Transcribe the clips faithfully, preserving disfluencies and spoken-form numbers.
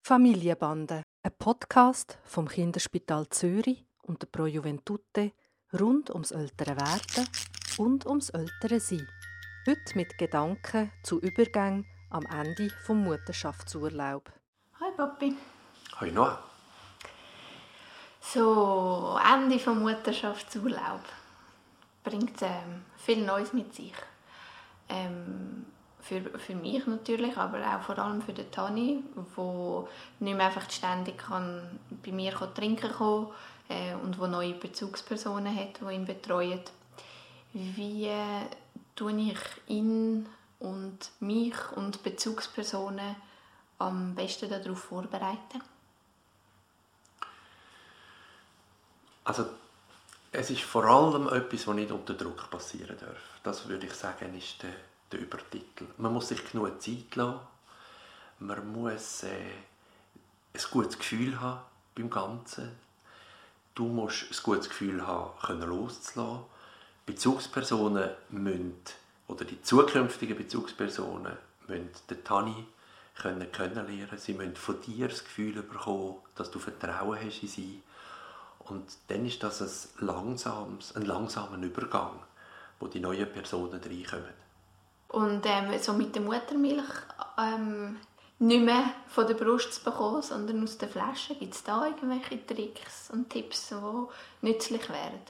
Familienbande, ein Podcast vom Kinderspital Zürich und der Pro Juventute rund ums ältere Werden und ums ältere Sein. Heute mit Gedanken zu Übergängen am Ende des Mutterschaftsurlaubs. Hi Papi. Hi Noah. So, Ende des Mutterschaftsurlaubs bringt ähm, viel Neues mit sich. Ähm, für, für mich natürlich, aber auch vor allem für den Tani, der nicht mehr einfach ständig kann bei mir trinken kann äh, und der neue Bezugspersonen hat, die ihn betreuen. Wie äh, tue ich ihn und mich und Bezugspersonen am besten darauf vorbereiten? Also, es ist vor allem etwas, das nicht unter Druck passieren darf. Das würde ich sagen, ist der, der Übertitel. Man muss sich genug Zeit lassen. Man muss äh, ein gutes Gefühl haben beim Ganzen. Du musst ein gutes Gefühl haben, können loszulassen. Bezugspersonen müssen, oder die zukünftigen Bezugspersonen müssen den Tani können kennenlernen. Sie müssen von dir das Gefühl bekommen, dass du Vertrauen hast in sie. Und dann ist das ein, langsames, ein langsamer Übergang, wo die neuen Personen reinkommen. Und ähm, so mit der Muttermilch ähm, nicht mehr von der Brust zu bekommen, sondern aus der Flasche. Gibt es da irgendwelche Tricks und Tipps, die nützlich wären?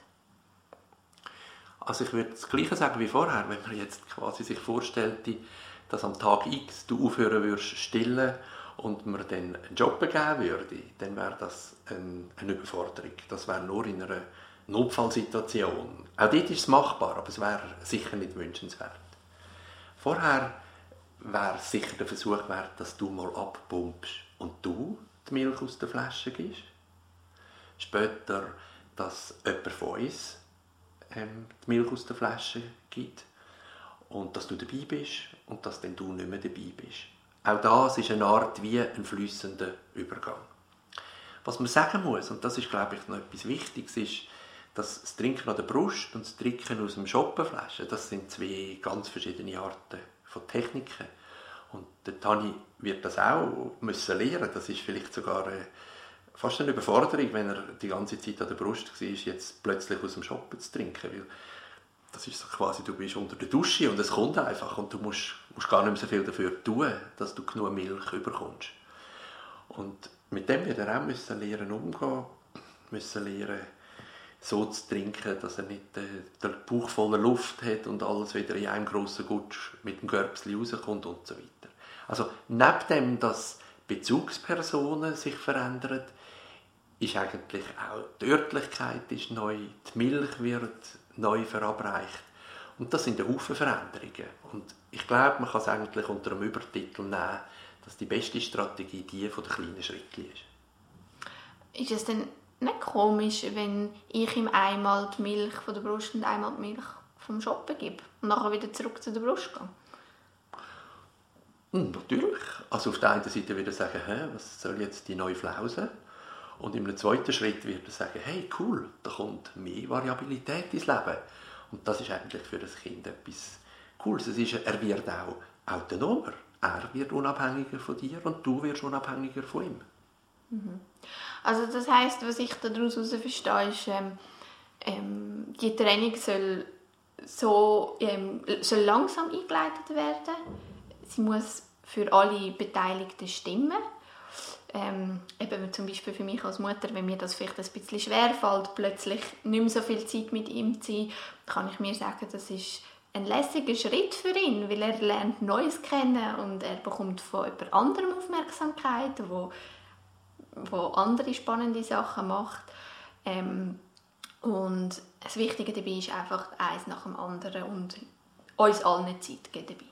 Also ich würde das Gleiche sagen wie vorher, wenn man jetzt quasi sich vorstellte, dass am Tag X du aufhören würdest stillen und mir dann einen Job geben würde, dann wäre das eine Überforderung. Das wäre nur in einer Notfallsituation. Auch dort ist es machbar, aber es wäre sicher nicht wünschenswert. Vorher wäre sicher der Versuch wert, dass du mal abpumpst und du die Milch aus der Flasche gibst. Später, dass jemand von uns ähm, die Milch aus der Flasche gibt und dass du dabei bist und dass dann du nicht mehr dabei bist. Auch das ist eine Art wie ein fließender Übergang. Was man sagen muss, und das ist, glaube ich, noch etwas Wichtiges, ist, dass das Trinken an der Brust und das Trinken aus dem Schoppenflaschen, das sind zwei ganz verschiedene Arten von Techniken. Und der Tani wird das auch müssen lernen. Das ist vielleicht sogar eine, fast eine Überforderung, wenn er die ganze Zeit an der Brust war, jetzt plötzlich aus dem Schoppen zu trinken. Weil das ist so quasi, du bist unter der Dusche und es kommt einfach und du musst, musst gar nicht mehr so viel dafür tun, dass du genug Milch bekommst. Und mit dem wird er auch müssen lernen umgehen, müssen lernen so zu trinken, dass er nicht äh, den Bauch voller Luft hat und alles wieder in einem grossen Gutsch mit dem Körbchen rauskommt und so weiter. Also neben dem, dass Bezugspersonen sich verändern, ist eigentlich auch die Örtlichkeit ist neu, die Milch wird neu verabreicht. Und das sind ein Haufen Veränderungen. Und ich glaube, man kann es eigentlich unter einem Übertitel nehmen, dass die beste Strategie die von den kleinen Schritten ist. Ist es denn nicht komisch, wenn ich ihm einmal die Milch von der Brust und einmal die Milch vom Shoppen gebe und nachher wieder zurück zu der Brust gehe? Hm, natürlich. Also auf der einen Seite würde er sagen, hä, was soll jetzt die neue Flause? Und im zweiten Schritt wird er sagen, hey, cool, da kommt mehr Variabilität ins Leben. Und das ist eigentlich für das Kind etwas Cooles. Es ist, er wird auch autonomer. Er wird unabhängiger von dir und du wirst unabhängiger von ihm. Mhm. Also das heisst, was ich daraus verstehe, ist, ähm, ähm, die Training soll, so, ähm, soll langsam eingeleitet werden. Sie muss für alle Beteiligten stimmen. Ähm, eben zum Beispiel für mich als Mutter, wenn mir das vielleicht ein bisschen schwerfällt, plötzlich nicht mehr so viel Zeit mit ihm zu sein, kann ich mir sagen, das ist ein lässiger Schritt für ihn, weil er lernt Neues kennen und er bekommt von jemand anderem Aufmerksamkeit, wo, wo andere spannende Sachen macht. Ähm, und das Wichtige dabei ist einfach eins nach dem anderen und uns allen Zeit geben dabei.